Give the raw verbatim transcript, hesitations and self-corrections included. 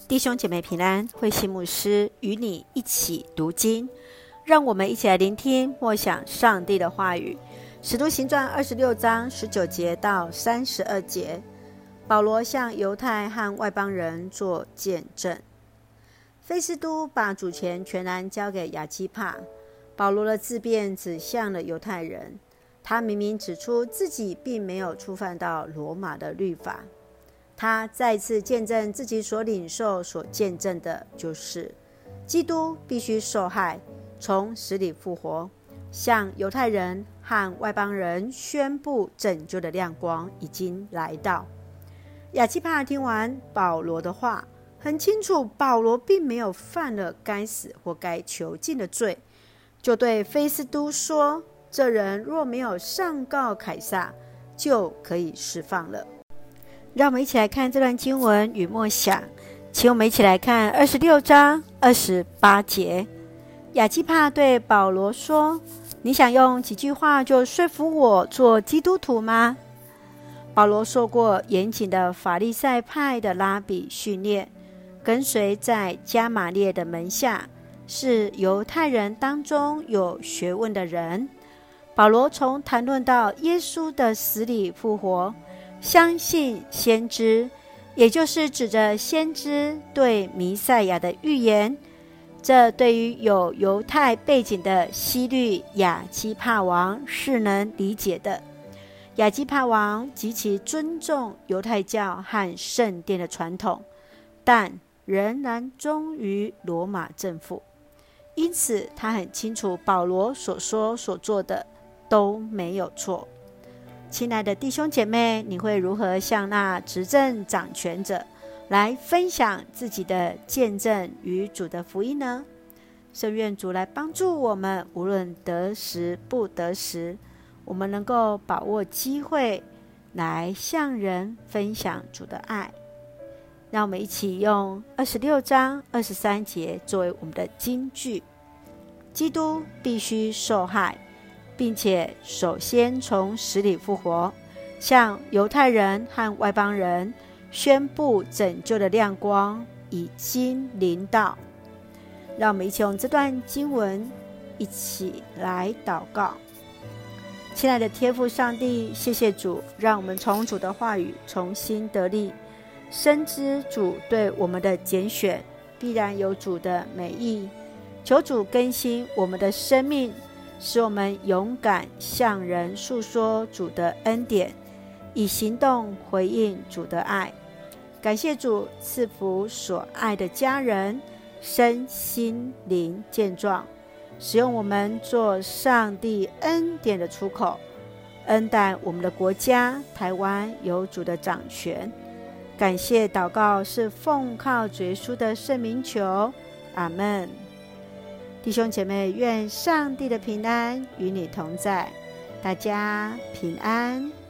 弟兄姐妹平安，慧馨牧师与你一起读经，让我们一起来聆听默想上帝的话语。使徒行传二十六章十九节到三十二节，保罗向犹太和外邦人做见证。菲斯都把主权全然交给亚基帕，保罗的自辩指向了犹太人，他明明指出自己并没有触犯到罗马的律法。他再次见证自己所领受、所见证的，就是基督必须受害，从死里复活，向犹太人和外邦人宣布拯救的亮光已经来到。亚基帕听完保罗的话，很清楚保罗并没有犯了该死或该囚禁的罪，就对菲斯都说，这人若没有上告凯撒，就可以释放了。让我们一起来看这段经文与默想，请我们一起来看二十六章二十八节。亚基帕对保罗说，你想用几句话就说服我做基督徒吗？保罗受过严谨的法利赛派的拉比训练，跟随在加玛列的门下，是犹太人当中有学问的人。保罗从谈论到耶稣的死里复活，相信先知，也就是指着先知对弥赛亚的预言，这对于有犹太背景的希律亚基帕王是能理解的。亚基帕王极其尊重犹太教和圣殿的传统，但仍然忠于罗马政府，因此他很清楚保罗所说所做的都没有错。亲爱的弟兄姐妹，你会如何向那执政掌权者来分享自己的见证与主的福音呢？圣愿主来帮助我们，无论得时不得时，我们能够把握机会来向人分享主的爱。让我们一起用二十六章二十三节作为我们的金句：基督必须受害，并且首先从死里复活，向犹太人和外邦人宣布拯救的亮光已经临到。让我们一起用这段经文一起来祷告。亲爱的天父上帝，谢谢主，让我们从主的话语重新得力，深知主对我们的拣选必然有主的美意。求主更新我们的生命，使我们勇敢向人诉说主的恩典，以行动回应主的爱。感谢主赐福所爱的家人身心灵健壮，使用我们做上帝恩典的出口，恩待我们的国家台湾有主的掌权。感谢祷告是奉靠主耶稣的圣名求，阿们。弟兄姐妹，愿上帝的平安与你同在，大家平安。